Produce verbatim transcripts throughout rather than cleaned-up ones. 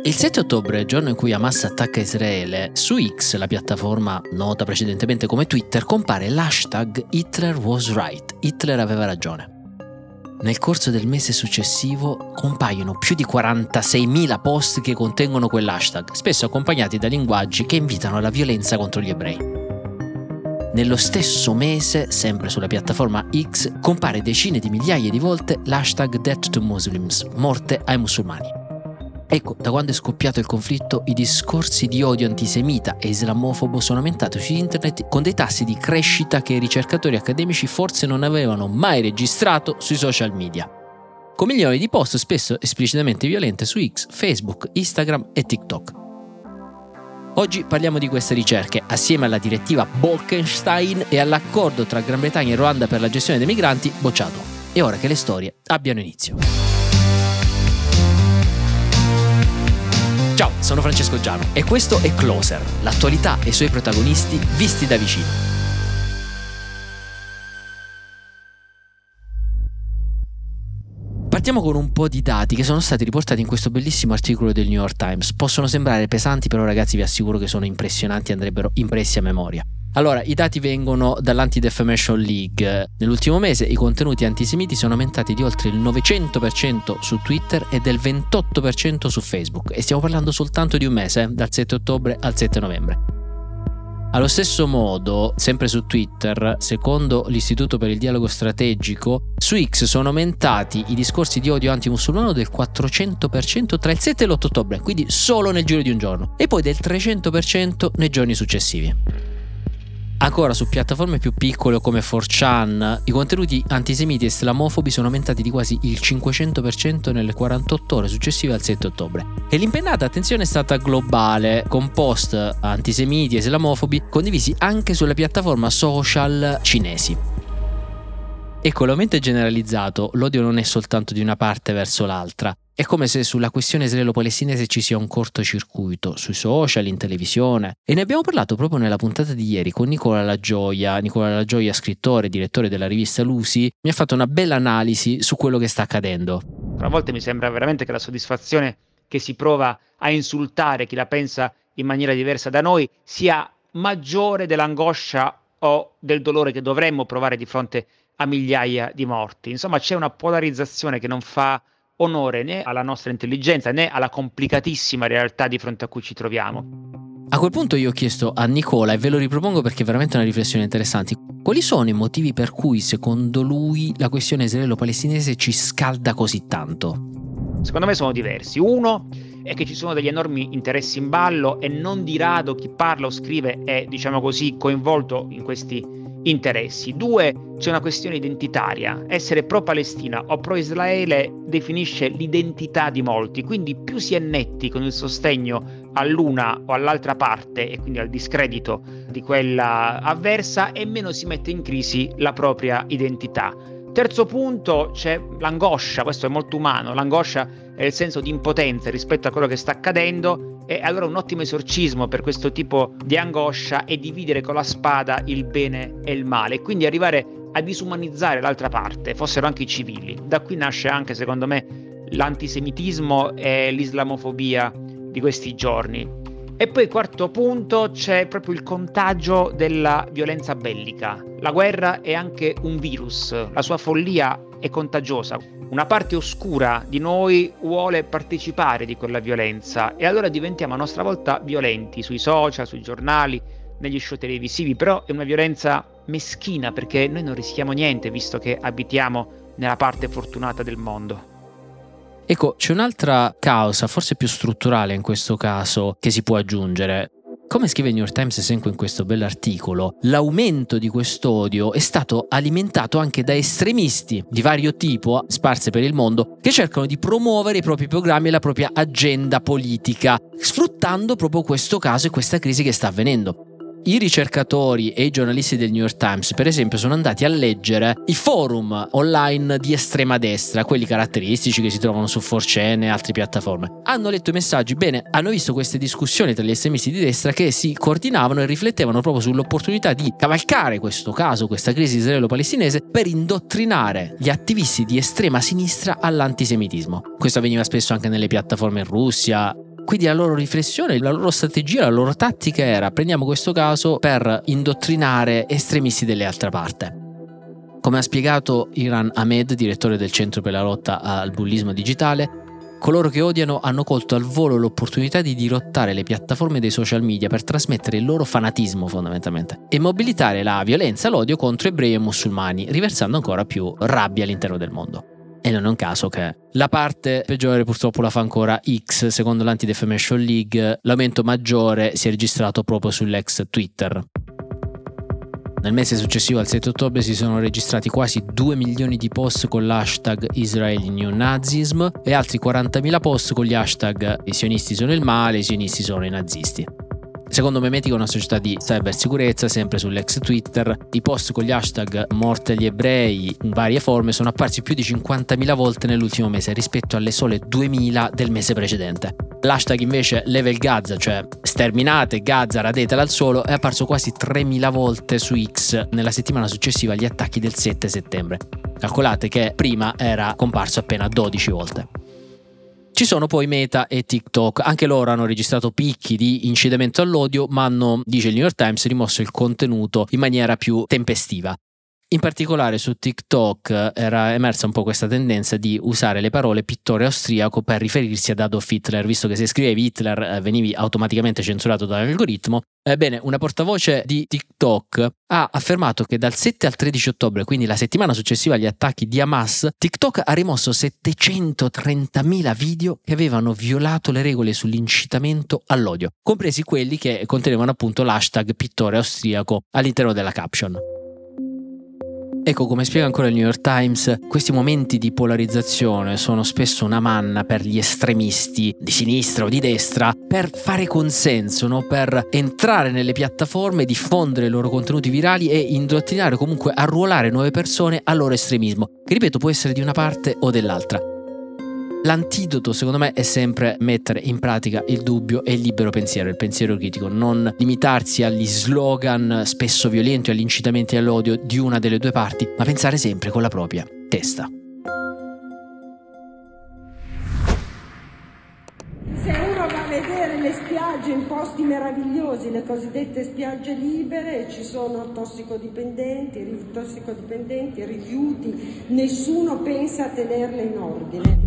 Il sette ottobre, giorno in cui Hamas attacca Israele, su X, la piattaforma nota precedentemente come Twitter, compare l'hashtag Hitler was right, Hitler aveva ragione. Nel corso del mese successivo compaiono più di quarantaseimila post che contengono quell'hashtag, spesso accompagnati da linguaggi che invitano alla violenza contro gli ebrei. Nello stesso mese, sempre sulla piattaforma X, compare decine di migliaia di volte l'hashtag Death to Muslims, morte ai musulmani. Ecco, da quando è scoppiato il conflitto, i discorsi di odio antisemita e islamofobo sono aumentati su internet con dei tassi di crescita che i ricercatori accademici forse non avevano mai registrato sui social media. Con milioni di post spesso esplicitamente violente su X, Facebook, Instagram e TikTok. Oggi parliamo di queste ricerche, assieme alla direttiva Bolkestein e all'accordo tra Gran Bretagna e Ruanda per la gestione dei migranti bocciato. È ora che le storie abbiano inizio. Ciao, sono Francesco Giano e questo è Closer, l'attualità e i suoi protagonisti visti da vicino. Partiamo con un po' di dati che sono stati riportati in questo bellissimo articolo del New York Times. Possono sembrare pesanti, però ragazzi vi assicuro che sono impressionanti e andrebbero impressi a memoria. Allora, i dati vengono dall'Anti-Defamation League. Nell'ultimo mese i contenuti antisemiti sono aumentati di oltre il novecento per cento su Twitter e del ventotto per cento su Facebook. E stiamo parlando soltanto di un mese, eh? dal sette ottobre al sette novembre. Allo stesso modo, sempre su Twitter, secondo l'Istituto per il Dialogo Strategico, su X sono aumentati i discorsi di odio antimusulmano del quattrocento per cento tra il sette e l'otto ottobre, quindi solo nel giro di un giorno, e poi del trecento per cento nei giorni successivi. Ancora su piattaforme più piccole come four chan, i contenuti antisemiti e islamofobi sono aumentati di quasi il cinquecento per cento nelle quarantotto ore successive al sette ottobre. E l'impennata, attenzione, è stata globale, con post antisemiti e islamofobi condivisi anche sulle piattaforme social cinesi. Ecco, l'aumento è generalizzato, l'odio non è soltanto di una parte verso l'altra. È come se sulla questione israelo-palestinese ci sia un cortocircuito sui social, in televisione. E ne abbiamo parlato proprio nella puntata di ieri con Nicola Lagioia. Nicola Lagioia, scrittore e direttore della rivista Lusi, mi ha fatto una bella analisi su quello che sta accadendo. A volte mi sembra veramente che la soddisfazione che si prova a insultare chi la pensa in maniera diversa da noi sia maggiore dell'angoscia o del dolore che dovremmo provare di fronte a migliaia di morti. Insomma, c'è una polarizzazione che non fa onore né alla nostra intelligenza né alla complicatissima realtà di fronte a cui ci troviamo. A quel punto io ho chiesto a Nicola, e ve lo ripropongo perché è veramente una riflessione interessante, quali sono i motivi per cui secondo lui la questione israelo-palestinese ci scalda così tanto? Secondo me sono diversi. Uno è che ci sono degli enormi interessi in ballo e non di rado chi parla o scrive è, diciamo così, coinvolto in questi interessi. Due, c'è una questione identitaria. Essere pro-Palestina o pro-Israele definisce l'identità di molti, quindi più si è netti con il sostegno all'una o all'altra parte e quindi al discredito di quella avversa e meno si mette in crisi la propria identità. Terzo punto, c'è l'angoscia, questo è molto umano, l'angoscia è il senso di impotenza rispetto a quello che sta accadendo e allora un ottimo esorcismo per questo tipo di angoscia è dividere con la spada il bene e il male e quindi arrivare a disumanizzare l'altra parte, fossero anche i civili. Da qui nasce anche, secondo me, l'antisemitismo e l'islamofobia di questi giorni. E poi quarto punto, c'è proprio il contagio della violenza bellica. La guerra è anche un virus, la sua follia è contagiosa. Una parte oscura di noi vuole partecipare di quella violenza e allora diventiamo a nostra volta violenti sui social, sui giornali, negli show televisivi, però è una violenza meschina perché noi non rischiamo niente visto che abitiamo nella parte fortunata del mondo. Ecco, c'è un'altra causa, forse più strutturale in questo caso, che si può aggiungere. Come scrive il New York Times sempre in questo bell'articolo, l'aumento di quest'odio è stato alimentato anche da estremisti di vario tipo, sparse per il mondo, che cercano di promuovere i propri programmi e la propria agenda politica, sfruttando proprio questo caso e questa crisi che sta avvenendo. I ricercatori e i giornalisti del New York Times, per esempio, sono andati a leggere i forum online di estrema destra, quelli caratteristici che si trovano su four chan e altre piattaforme. Hanno letto i messaggi, bene, hanno visto queste discussioni tra gli estremisti di destra che si coordinavano e riflettevano proprio sull'opportunità di cavalcare questo caso, questa crisi israelo-palestinese, per indottrinare gli attivisti di estrema sinistra all'antisemitismo. Questo avveniva spesso anche nelle piattaforme in Russia, Quindi la loro riflessione, la loro strategia, la loro tattica era: prendiamo questo caso per indottrinare estremisti delle altre parti. Come ha spiegato Iran Ahmed, direttore del Centro per la lotta al bullismo digitale, coloro che odiano hanno colto al volo l'opportunità di dirottare le piattaforme dei social media per trasmettere il loro fanatismo fondamentalmente e mobilitare la violenza e l'odio contro ebrei e musulmani, riversando ancora più rabbia all'interno del mondo. E non è un caso che la parte peggiore purtroppo la fa ancora X. Secondo l'Anti-Defamation League, l'aumento maggiore si è registrato proprio sull'ex Twitter. Nel mese successivo al sette ottobre si sono registrati quasi due milioni di post con l'hashtag Israeli New Nazism e altri quarantamila post con gli hashtag i sionisti sono il male, i sionisti sono i nazisti. Secondo Memetica, una società di cybersicurezza, sempre sull'ex Twitter, i post con gli hashtag morte agli ebrei in varie forme sono apparsi più di cinquantamila volte nell'ultimo mese rispetto alle sole duemila del mese precedente. L'hashtag invece Level Gaza, cioè sterminate Gaza, radetela al suolo, è apparso quasi tremila volte su X nella settimana successiva agli attacchi del sette settembre. Calcolate che prima era comparso appena dodici volte. Ci sono poi Meta e TikTok, anche loro hanno registrato picchi di incitamento all'odio, ma hanno, dice il New York Times, rimosso il contenuto in maniera più tempestiva. In particolare su TikTok era emersa un po' questa tendenza di usare le parole pittore austriaco per riferirsi ad Adolf Hitler, visto che se scrivevi Hitler eh, venivi automaticamente censurato dall'algoritmo. Ebbene, una portavoce di TikTok ha affermato che dal sette al tredici ottobre, quindi la settimana successiva agli attacchi di Hamas, TikTok ha rimosso settecentotrentamila video che avevano violato le regole sull'incitamento all'odio, compresi quelli che contenevano appunto l'hashtag pittore austriaco all'interno della caption. Ecco, come spiega ancora il New York Times, questi momenti di polarizzazione sono spesso una manna per gli estremisti di sinistra o di destra per fare consenso, no? Per entrare nelle piattaforme, diffondere i loro contenuti virali e indottrinare, comunque arruolare nuove persone al loro estremismo, che ripeto può essere di una parte o dell'altra. L'antidoto, secondo me, è sempre mettere in pratica il dubbio e il libero pensiero, il pensiero critico, non limitarsi agli slogan spesso violenti o agli incitamenti all'odio di una delle due parti, ma pensare sempre con la propria testa. Se uno va a vedere le spiagge in posti meravigliosi, le cosiddette spiagge libere, ci sono tossicodipendenti, tossicodipendenti, rifiuti, nessuno pensa a tenerle in ordine.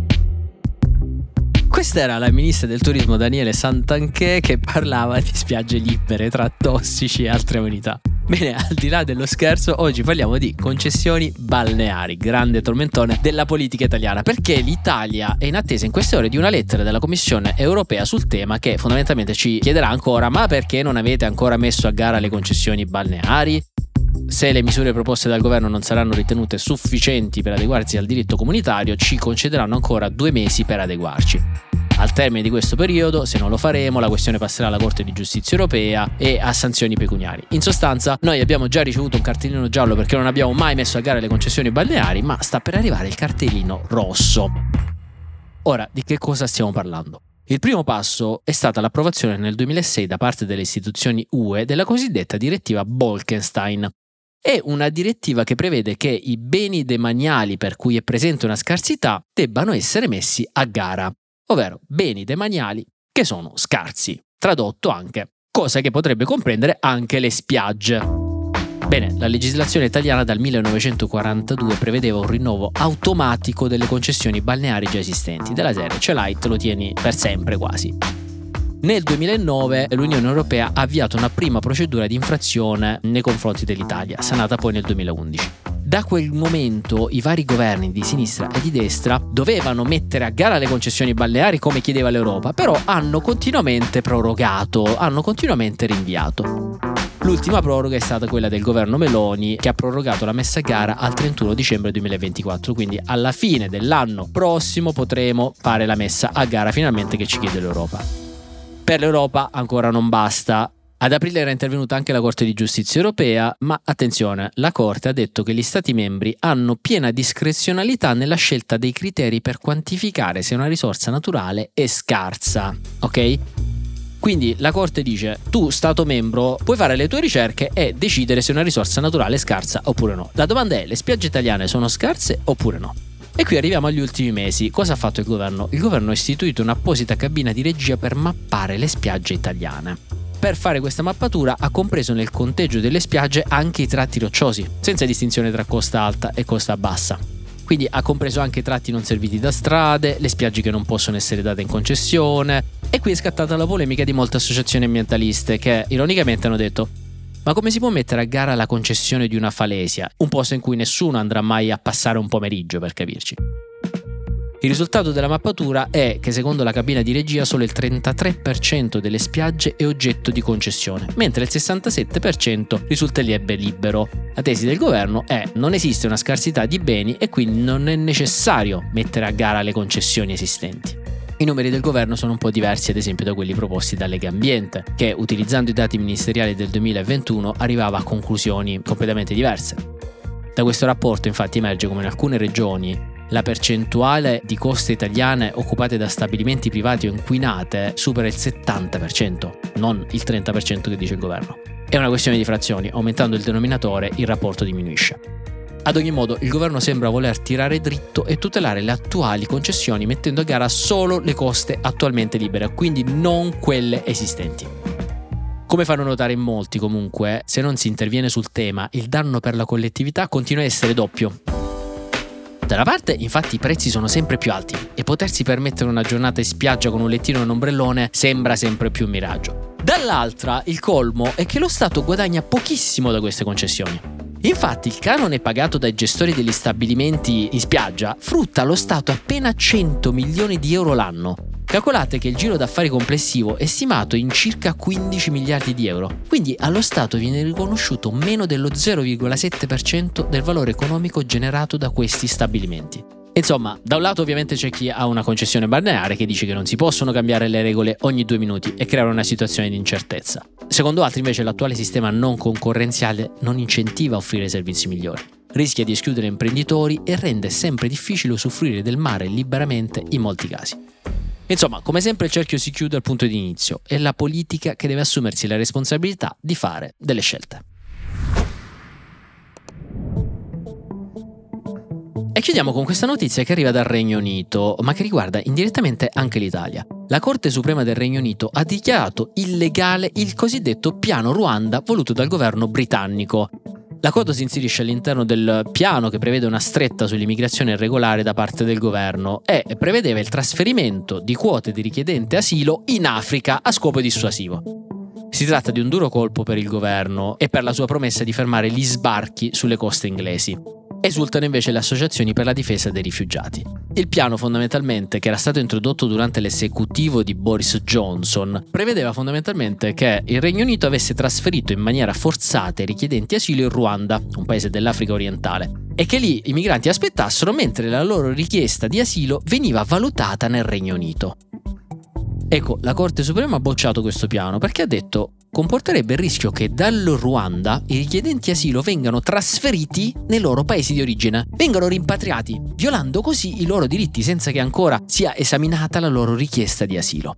Questa era la ministra del turismo Daniele Santanchè che parlava di spiagge libere tra tossici e altre unità. Bene, al di là dello scherzo, oggi parliamo di concessioni balneari, grande tormentone della politica italiana, perché l'Italia è in attesa in queste ore di una lettera della Commissione europea sul tema, che fondamentalmente ci chiederà ancora: ma perché non avete ancora messo a gara le concessioni balneari? Se le misure proposte dal governo non saranno ritenute sufficienti per adeguarsi al diritto comunitario, ci concederanno ancora due mesi per adeguarci. Al termine di questo periodo, se non lo faremo, la questione passerà alla Corte di Giustizia europea e a sanzioni pecuniarie. In sostanza, noi abbiamo già ricevuto un cartellino giallo perché non abbiamo mai messo a gara le concessioni balneari, ma sta per arrivare il cartellino rosso. Ora, di che cosa stiamo parlando? Il primo passo è stata l'approvazione nel duemilasei da parte delle istituzioni U E della cosiddetta direttiva Bolkestein. È una direttiva che prevede che i beni demaniali per cui è presente una scarsità debbano essere messi a gara, ovvero beni demaniali che sono scarsi, tradotto anche, cosa che potrebbe comprendere anche le spiagge. Bene, la legislazione italiana dal millenovecentoquarantadue prevedeva un rinnovo automatico delle concessioni balneari già esistenti, della serie ce l'hai, te lo tieni per sempre quasi. Nel duemilanove l'Unione Europea ha avviato una prima procedura di infrazione nei confronti dell'Italia, sanata poi nel duemilaundici. Da quel momento i vari governi di sinistra e di destra dovevano mettere a gara le concessioni balneari come chiedeva l'Europa, però hanno continuamente prorogato, hanno continuamente rinviato. L'ultima proroga è stata quella del governo Meloni, che ha prorogato la messa a gara al trentuno dicembre duemilaventiquattro, quindi alla fine dell'anno prossimo potremo fare la messa a gara finalmente che ci chiede l'Europa. Per l'Europa ancora non basta. Ad aprile era intervenuta anche la Corte di Giustizia europea, ma attenzione, la Corte ha detto che gli Stati membri hanno piena discrezionalità nella scelta dei criteri per quantificare se una risorsa naturale è scarsa, ok? Quindi la Corte dice: tu Stato membro puoi fare le tue ricerche e decidere se una risorsa naturale è scarsa oppure no. La domanda è: le spiagge italiane sono scarse oppure no? E qui arriviamo agli ultimi mesi. Cosa ha fatto il governo? Il governo ha istituito un'apposita cabina di regia per mappare le spiagge italiane. Per fare questa mappatura ha compreso nel conteggio delle spiagge anche i tratti rocciosi, senza distinzione tra costa alta e costa bassa. Quindi ha compreso anche i tratti non serviti da strade, le spiagge che non possono essere date in concessione. E qui è scattata la polemica di molte associazioni ambientaliste che ironicamente hanno detto: ma come si può mettere a gara la concessione di una falesia, un posto in cui nessuno andrà mai a passare un pomeriggio, per capirci? Il risultato della mappatura è che secondo la cabina di regia solo il trentatré per cento delle spiagge è oggetto di concessione, mentre il sessantasette per cento risulta libero. La tesi del governo è: non esiste una scarsità di beni e quindi non è necessario mettere a gara le concessioni esistenti. I numeri del governo sono un po' diversi ad esempio da quelli proposti da Legambiente, che utilizzando i dati ministeriali del duemilaventuno arrivava a conclusioni completamente diverse. Da questo rapporto infatti emerge come in alcune regioni la percentuale di coste italiane occupate da stabilimenti privati o inquinate supera il settanta per cento, non il trenta per cento che dice il governo. È una questione di frazioni, aumentando il denominatore il rapporto diminuisce. Ad ogni modo, il governo sembra voler tirare dritto e tutelare le attuali concessioni mettendo a gara solo le coste attualmente libere, quindi non quelle esistenti. Come fanno notare in molti comunque, se non si interviene sul tema, il danno per la collettività continua a essere doppio. Da una parte, infatti, i prezzi sono sempre più alti e potersi permettere una giornata in spiaggia con un lettino e un ombrellone sembra sempre più un miraggio. Dall'altra, il colmo è che lo Stato guadagna pochissimo da queste concessioni. Infatti, il canone pagato dai gestori degli stabilimenti in spiaggia frutta allo Stato appena cento milioni di euro l'anno. Calcolate che il giro d'affari complessivo è stimato in circa quindici miliardi di euro, quindi allo Stato viene riconosciuto meno dello zero virgola sette per cento del valore economico generato da questi stabilimenti. Insomma, da un lato ovviamente c'è chi ha una concessione balneare che dice che non si possono cambiare le regole ogni due minuti e creare una situazione di incertezza. Secondo altri invece l'attuale sistema non concorrenziale non incentiva a offrire servizi migliori. Rischia di escludere imprenditori e rende sempre difficile usufruire del mare liberamente in molti casi. Insomma, come sempre il cerchio si chiude al punto di inizio, è la politica che deve assumersi la responsabilità di fare delle scelte. E chiudiamo con questa notizia che arriva dal Regno Unito, ma che riguarda indirettamente anche l'Italia. La Corte Suprema del Regno Unito ha dichiarato illegale il cosiddetto piano Ruanda voluto dal governo britannico. L'accordo si inserisce all'interno del piano che prevede una stretta sull'immigrazione irregolare da parte del governo e prevedeva il trasferimento di quote di richiedenti asilo in Africa a scopo dissuasivo. Si tratta di un duro colpo per il governo e per la sua promessa di fermare gli sbarchi sulle coste inglesi. Esultano invece le associazioni per la difesa dei rifugiati. Il piano fondamentalmente, che era stato introdotto durante l'esecutivo di Boris Johnson, prevedeva fondamentalmente che il Regno Unito avesse trasferito in maniera forzata i richiedenti asilo in Ruanda, un paese dell'Africa orientale, e che lì i migranti aspettassero mentre la loro richiesta di asilo veniva valutata nel Regno Unito. Ecco, la Corte Suprema ha bocciato questo piano perché ha detto comporterebbe il rischio che dal Ruanda i richiedenti asilo vengano trasferiti nei loro paesi di origine, vengano rimpatriati, violando così i loro diritti senza che ancora sia esaminata la loro richiesta di asilo.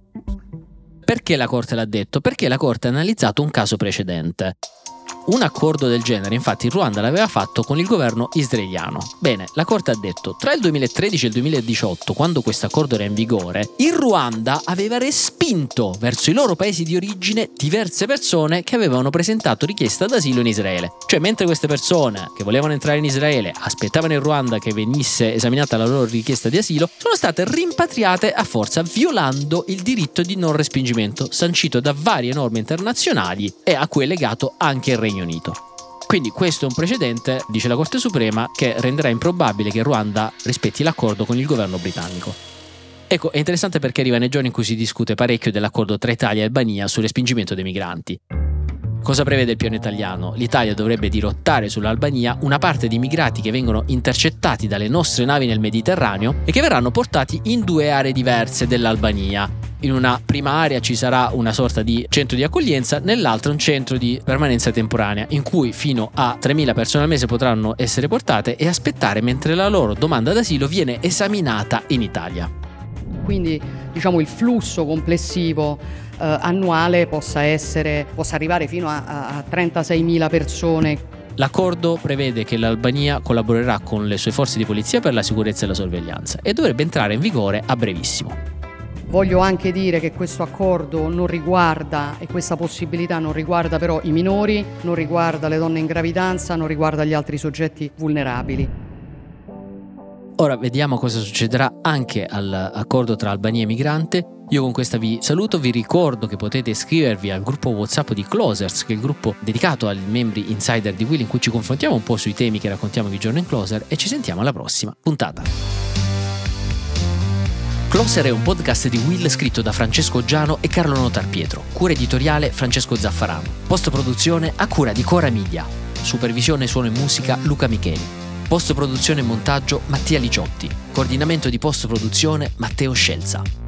Perché la Corte l'ha detto? Perché la Corte ha analizzato un caso precedente. Un accordo del genere, infatti, il Ruanda l'aveva fatto con il governo israeliano. Bene, la Corte ha detto, tra il duemilatredici e il duemiladiciotto, quando questo accordo era in vigore, il Ruanda aveva respinto verso i loro paesi di origine diverse persone che avevano presentato richiesta d'asilo in Israele. Cioè, mentre queste persone che volevano entrare in Israele aspettavano in Ruanda che venisse esaminata la loro richiesta di asilo, sono state rimpatriate a forza, violando il diritto di non respingimento sancito da varie norme internazionali e a cui è legato anche il Regno Unito. Quindi questo è un precedente, dice la Corte Suprema, che renderà improbabile che il Ruanda rispetti l'accordo con il governo britannico. Ecco, è interessante perché arriva nei giorni in cui si discute parecchio dell'accordo tra Italia e Albania sul respingimento dei migranti. Cosa prevede il piano italiano? L'Italia dovrebbe dirottare sull'Albania una parte di immigrati che vengono intercettati dalle nostre navi nel Mediterraneo e che verranno portati in due aree diverse dell'Albania. In una prima area ci sarà una sorta di centro di accoglienza, nell'altra un centro di permanenza temporanea, in cui fino a tremila persone al mese potranno essere portate e aspettare mentre la loro domanda d'asilo viene esaminata in Italia. Quindi diciamo il flusso complessivo eh, annuale possa essere possa arrivare fino a, a trentaseimila persone L'accordo prevede che l'Albania collaborerà con le sue forze di polizia per la sicurezza e la sorveglianza e dovrebbe entrare in vigore a brevissimo. Voglio anche dire che questo accordo non riguarda, e questa possibilità non riguarda però i minori, non riguarda le donne in gravidanza, non riguarda gli altri soggetti vulnerabili. Ora vediamo cosa succederà anche all'accordo tra Albania e Migrante. Io con questa vi saluto, vi ricordo che potete iscrivervi al gruppo WhatsApp di Closers, che è il gruppo dedicato ai membri insider di Will, in cui ci confrontiamo un po' sui temi che raccontiamo ogni giorno in Closer, e ci sentiamo alla prossima puntata. Closer è un podcast di Will scritto da Francesco Giano e Carlo Notarpietro, cura editoriale Francesco Zaffarano, post-produzione a cura di Cora Media, supervisione suono e musica Luca Micheli. Post-produzione e montaggio Mattia Liciotti. Coordinamento di post-produzione Matteo Scelza.